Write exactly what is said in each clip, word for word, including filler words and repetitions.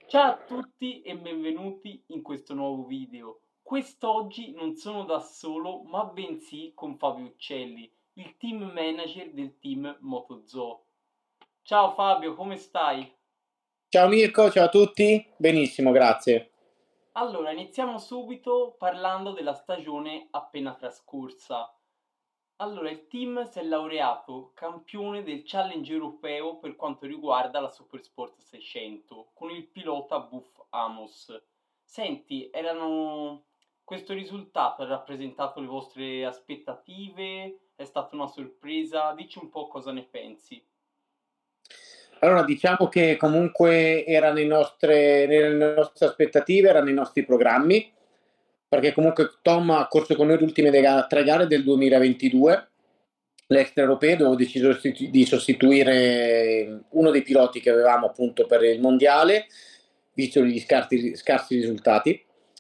Ciao a tutti e benvenuti in questo nuovo video. Quest'oggi non sono da solo, ma bensì con Fabio Uccelli, il team manager del team MotoZoo. Ciao Fabio, come stai? Ciao Mirko, ciao a tutti. Benissimo, grazie. Allora, iniziamo subito parlando della stagione appena trascorsa. Allora, il team si è laureato campione del challenge europeo per quanto riguarda la Supersport seicento con il pilota Buff Amos. Senti, erano... questo risultato ha rappresentato le vostre aspettative? È stata una sorpresa? Dici un po' cosa ne pensi. Allora, diciamo che comunque era nei nostre, nelle nostre aspettative, era nei nostri programmi, perché comunque Tom ha corso con noi le ultime de- tre gare del duemilaventidue, l'extraeuropeo, dove ho deciso sostitu- di sostituire uno dei piloti che avevamo appunto per il mondiale, visto gli scarsi, scarsi risultati.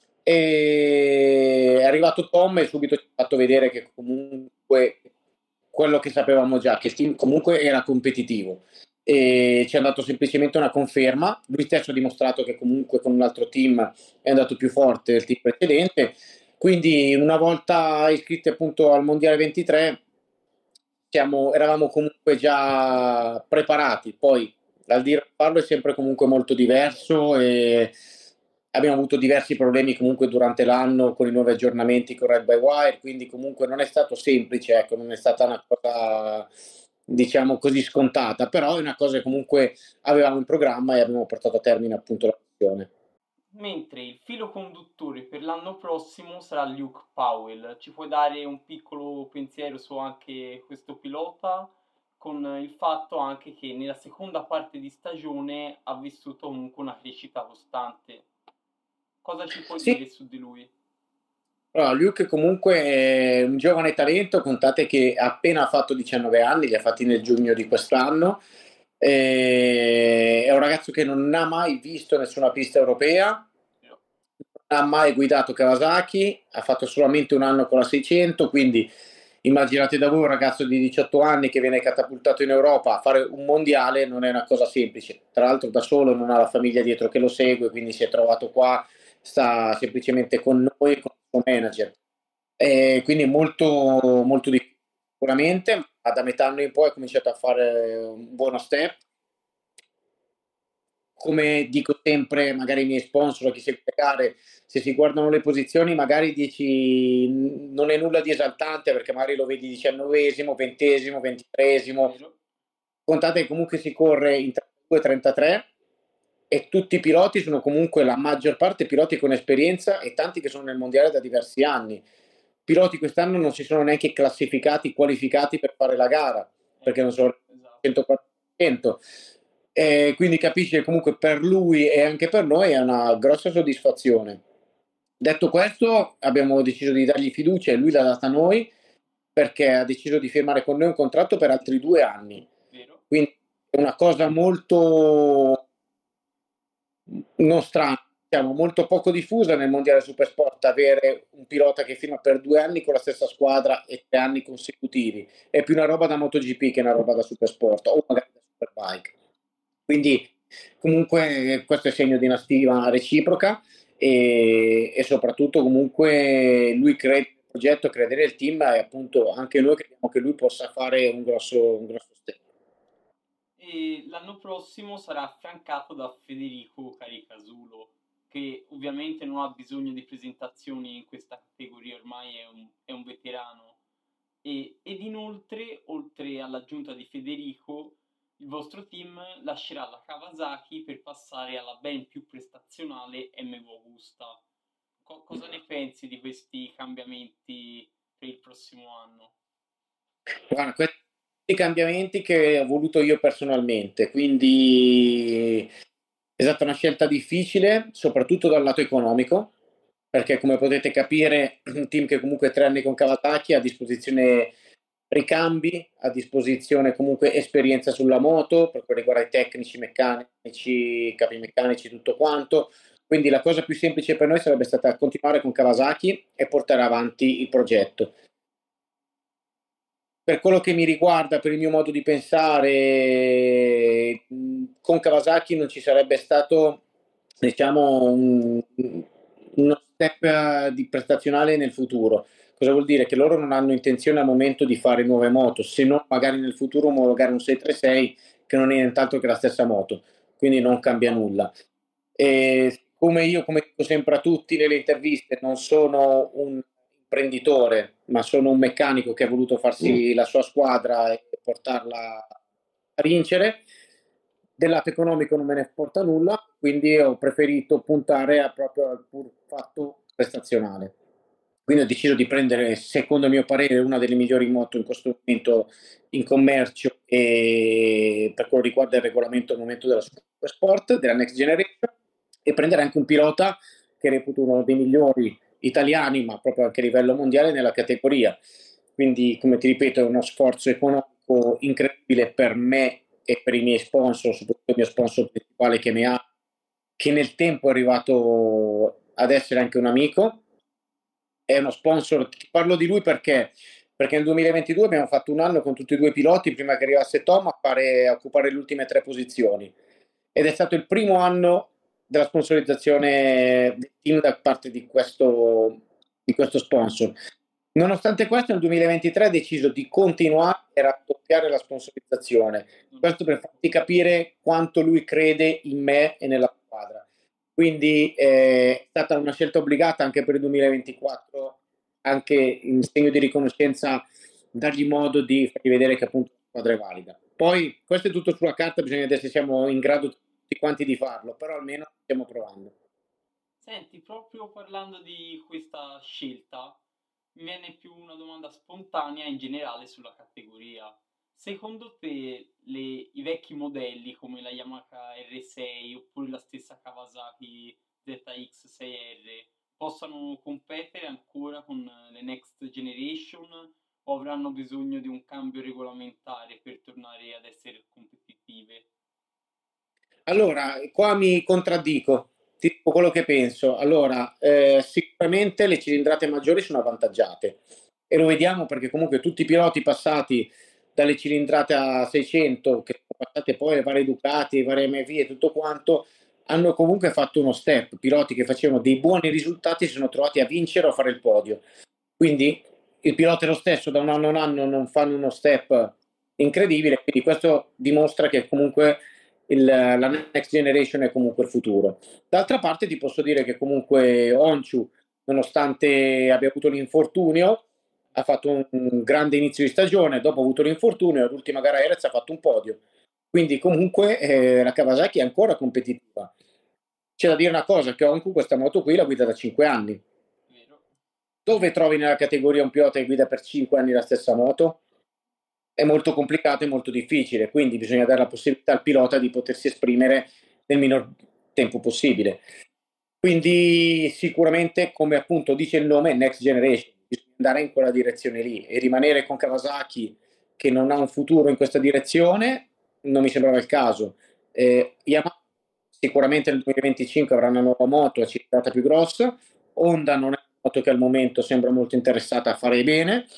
E è arrivato Tom e subito ci ha fatto vedere che comunque quello che sapevamo già, che il team comunque era competitivo e ci ha dato semplicemente una conferma. Lui stesso ha dimostrato che comunque con un altro team è andato più forte del team precedente. Quindi, una volta iscritti appunto al Mondiale ventitré, siamo, eravamo comunque già preparati. Poi, al dire farlo, è sempre comunque molto diverso e abbiamo avuto diversi problemi comunque durante l'anno con i nuovi aggiornamenti con Red by Wire, quindi comunque non è stato semplice, ecco, non è stata una cosa diciamo così scontata, però è una cosa che comunque avevamo in programma e abbiamo portato a termine appunto la missione. Mentre il filo conduttore per l'anno prossimo sarà Luke Powell. Ci puoi dare un piccolo pensiero su anche questo pilota? Con il fatto anche che nella seconda parte di stagione ha vissuto comunque una crescita costante. Cosa ci puoi Sì, dire su di lui? allora, Luke comunque è un giovane talento, contate che ha appena fatto diciannove anni, li ha fatti nel giugno di quest'anno. E è un ragazzo che non ha mai visto nessuna pista europea, non ha mai guidato Kawasaki, ha fatto solamente un anno con la seicento, quindi immaginate da voi un ragazzo di diciotto anni che viene catapultato in Europa a fare un mondiale non è una cosa semplice. Tra l'altro da solo non ha la famiglia dietro che lo segue, quindi si è trovato qua, sta semplicemente con noi, con il suo manager. E quindi molto, molto difficile sicuramente, ma da metà anno in poi ha cominciato a fare un buono step. Come dico sempre, magari i miei sponsor, chi segue le gare, se si guardano le posizioni, magari dici "N- non è nulla di esaltante perché magari lo vedi diciannovesimo, ventesimo, ventitreesimo. Vero? Contate che comunque si corre in trentadue trentatré e tutti i piloti sono comunque la maggior parte piloti con esperienza e tanti che sono nel mondiale da diversi anni. Piloti quest'anno non si sono neanche classificati, qualificati per fare la gara perché non Ecco, sono esatto. centoquattro per cento. E quindi capisci che comunque per lui e anche per noi è una grossa soddisfazione. Detto questo, abbiamo deciso di dargli fiducia e lui l'ha data a noi perché ha deciso di firmare con noi un contratto per altri due anni. Vero? Quindi è una cosa molto non strana, diciamo, molto poco diffusa nel mondiale Supersport avere un pilota che firma per due anni con la stessa squadra e tre anni consecutivi. È più una roba da MotoGP che una roba da Supersport o magari da Superbike. Quindi comunque questo è segno di una stima reciproca e, e soprattutto comunque lui crede nel progetto, crede nel team e appunto anche noi crediamo che lui possa fare un grosso, un grosso step. E l'anno prossimo sarà affiancato da Federico Caricasulo, che ovviamente non ha bisogno di presentazioni in questa categoria, ormai è un, è un veterano. E, ed inoltre, oltre all'aggiunta di Federico, il vostro team lascerà la Kawasaki per passare alla ben più prestazionale M V Augusta. Co- cosa ne pensi di questi cambiamenti per il prossimo anno? Guarda, questi sono i cambiamenti che ho voluto io personalmente, quindi è stata una scelta difficile, soprattutto dal lato economico, perché come potete capire, un team che comunque ha tre anni con Kawasaki ha a disposizione ricambi, a disposizione comunque esperienza sulla moto, per quanto riguarda i tecnici, meccanici, capi meccanici, tutto quanto. Quindi la cosa più semplice per noi sarebbe stata continuare con Kawasaki e portare avanti il progetto. Per quello che mi riguarda, per il mio modo di pensare, mh, con Kawasaki non ci sarebbe stato diciamo, un, uno step eh, di prestazionale nel futuro. Cosa vuol dire? Che loro non hanno intenzione al momento di fare nuove moto, se non magari nel futuro omologare un sei tre sei che non è nient'altro che la stessa moto, quindi non cambia nulla. E come io, come dico sempre a tutti nelle interviste, non sono un imprenditore, ma sono un meccanico che ha voluto farsi la sua squadra e portarla a vincere. Del lato economico non me ne porta nulla, quindi ho preferito puntare a proprio al pur fatto prestazionale. Quindi ho deciso di prendere, secondo il mio parere, una delle migliori moto in questo momento in commercio e per quello che riguarda il regolamento al momento della Super Sport, della Next Generation, e prendere anche un pilota che reputo uno dei migliori italiani, ma proprio anche a livello mondiale nella categoria. Quindi, come ti ripeto, è uno sforzo economico incredibile per me e per i miei sponsor, soprattutto il mio sponsor principale che mi ha, che nel tempo è arrivato ad essere anche un amico. È uno sponsor, ti parlo di lui perché perché nel duemilaventidue abbiamo fatto un anno con tutti e due i piloti prima che arrivasse Tom a, fare, a occupare le ultime tre posizioni ed è stato il primo anno della sponsorizzazione del team da parte di questo, di questo sponsor. Nonostante questo, nel duemilaventitré ha deciso di continuare e raddoppiare la sponsorizzazione. Questo per farti capire quanto lui crede in me e nella squadra. Quindi eh, è stata una scelta obbligata anche per il duemilaventiquattro, anche in segno di riconoscenza, dargli modo di fargli vedere che appunto la squadra è valida. Poi questo è tutto sulla carta, bisogna vedere se siamo in grado tutti quanti di farlo, però almeno stiamo provando. Senti, proprio parlando di questa scelta, mi viene più una domanda spontanea in generale sulla categoria. Secondo te le- i vecchi modelli come la Yamaha R sei oppure la stessa Kawasaki Z X sei R possano competere ancora con le next generation o avranno bisogno di un cambio regolamentare per tornare ad essere competitive? Allora, qua mi contraddico, ti dico quello che penso. Allora, eh, sicuramente le cilindrate maggiori sono avvantaggiate e lo vediamo perché comunque tutti i piloti passati dalle cilindrate a seicento, che sono passate poi alle varie Ducati, le varie M V e tutto quanto, hanno comunque fatto uno step. Piloti che facevano dei buoni risultati si sono trovati a vincere o a fare il podio. Quindi il pilota è lo stesso, da un anno a un anno non fanno uno step incredibile, quindi questo dimostra che comunque il- la next generation è comunque il futuro. D'altra parte ti posso dire che comunque Onciu, nonostante abbia avuto l'infortunio, ha fatto un, un grande inizio di stagione, dopo ha avuto l'infortunio, l'ultima gara a Erez ha fatto un podio. Quindi comunque eh, la Kawasaki è ancora competitiva. C'è da dire una cosa, che Onku questa moto qui la guida da cinque anni. Vero? Dove trovi nella categoria un pilota che guida per cinque anni la stessa moto? È molto complicato e molto difficile, quindi bisogna dare la possibilità al pilota di potersi esprimere nel minor tempo possibile. Quindi sicuramente, come appunto dice il nome, Next Generation, bisogna andare in quella direzione lì e rimanere con Kawasaki che non ha un futuro in questa direzione non mi sembrava il caso. Eh, Yamaha sicuramente nel duemilaventicinque avrà una nuova moto a cilindrata più grossa, Honda non è una moto che al momento sembra molto interessata a fare bene,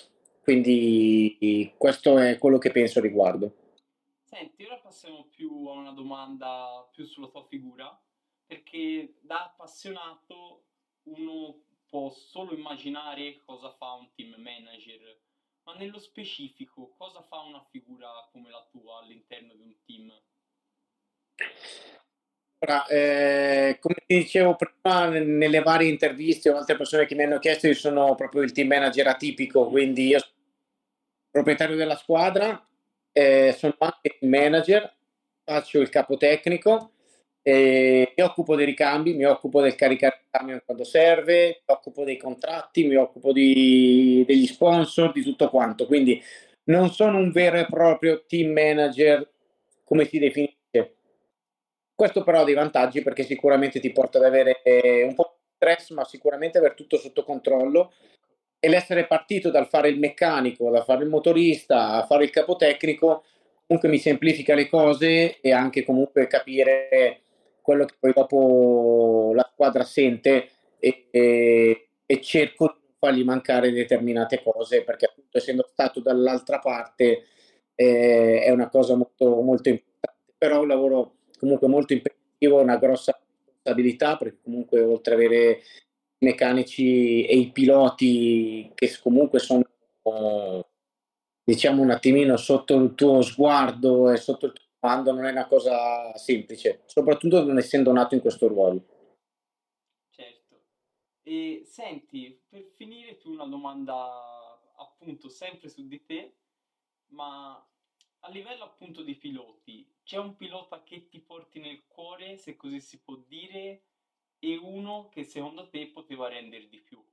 quindi questo è quello che penso a riguardo. Senti, ora passiamo più a una domanda più sulla tua figura, perché da appassionato uno può solo immaginare cosa fa un team manager, ma nello specifico cosa fa una figura come la tua all'interno di un team? Ora, eh, come ti dicevo prima, nelle varie interviste o altre persone che mi hanno chiesto, io sono proprio il team manager atipico, quindi io sono proprietario della squadra, eh, sono anche il manager, faccio il capo tecnico, eh, mi occupo dei ricambi, mi occupo del caricare il camion quando serve, mi occupo dei contratti, mi occupo di- degli sponsor, di tutto quanto. Quindi non sono un vero e proprio team manager come si definisce. Questo però ha dei vantaggi perché sicuramente ti porta ad avere eh, un po' di stress, ma sicuramente avere tutto sotto controllo e l'essere partito dal fare il meccanico, da fare il motorista, a fare il capotecnico, comunque mi semplifica le cose e anche comunque capire quello che poi dopo la squadra sente e, e- e cerco di non fargli mancare determinate cose perché appunto essendo stato dall'altra parte eh, è una cosa molto, molto importante, però è un lavoro comunque molto impegnativo, una grossa responsabilità, perché comunque oltre ad avere i meccanici e i piloti che comunque sono, diciamo, un attimino sotto il tuo sguardo e sotto il tuo comando, non è una cosa semplice, soprattutto non essendo nato in questo ruolo. Certo. E senti, per finire tu una domanda appunto sempre su di te, ma a livello appunto di piloti, c'è un pilota che ti porti nel cuore, se così si può dire, e uno che secondo te poteva rendere di più?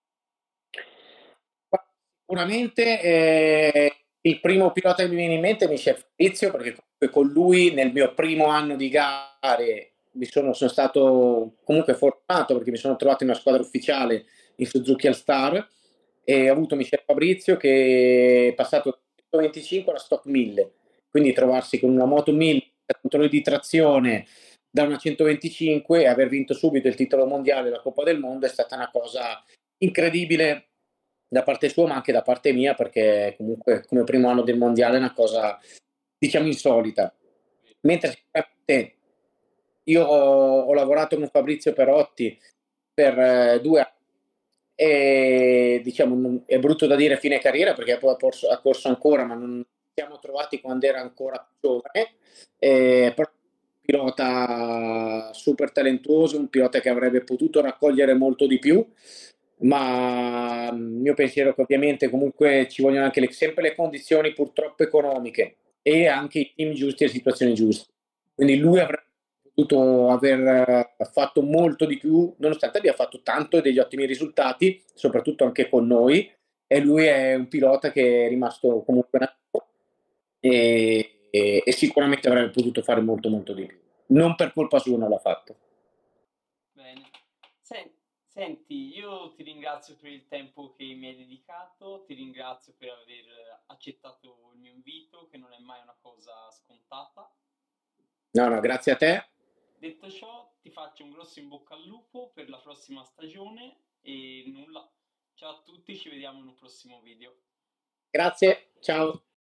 Sicuramente eh, il primo pilota che mi viene in mente è Michel Fabrizio, perché comunque con lui nel mio primo anno di gare mi sono, sono stato comunque fortunato perché mi sono trovato in una squadra ufficiale in Suzuki All-Star e ho avuto Michel Fabrizio che è passato da centoventicinque alla Stock mille, quindi trovarsi con una moto mille, controllo di trazione da una centoventicinque e aver vinto subito il titolo mondiale e la Coppa del Mondo è stata una cosa incredibile da parte sua, ma anche da parte mia, perché comunque come primo anno del mondiale è una cosa, diciamo, insolita. Mentre sicuramente io ho, ho lavorato con Fabrizio Perotti per eh, due anni e diciamo non- è brutto da dire fine carriera perché poi ha corso, ha corso ancora, ma non ci siamo trovati quando era ancora giovane. Eh, però un pilota super talentuoso, un pilota che avrebbe potuto raccogliere molto di più, ma il mio pensiero è che ovviamente comunque ci vogliono anche le, sempre le condizioni purtroppo economiche e anche i team giusti e le situazioni giuste. Quindi lui avrebbe potuto aver eh, fatto molto di più, nonostante abbia fatto tanto e degli ottimi risultati, soprattutto anche con noi. E lui è un pilota che è rimasto comunque nato e, e, e sicuramente avrebbe potuto fare molto molto di più. Non per colpa sua non l'ha fatto. Bene. Sen- Senti, io ti ringrazio per il tempo che mi hai dedicato, ti ringrazio per aver accettato il mio invito, che non è mai una cosa scontata. No, no, grazie a te. Detto ciò, ti faccio un grosso in bocca al lupo per la prossima stagione e nulla. Ciao a tutti, ci vediamo in un prossimo video. Grazie, ciao.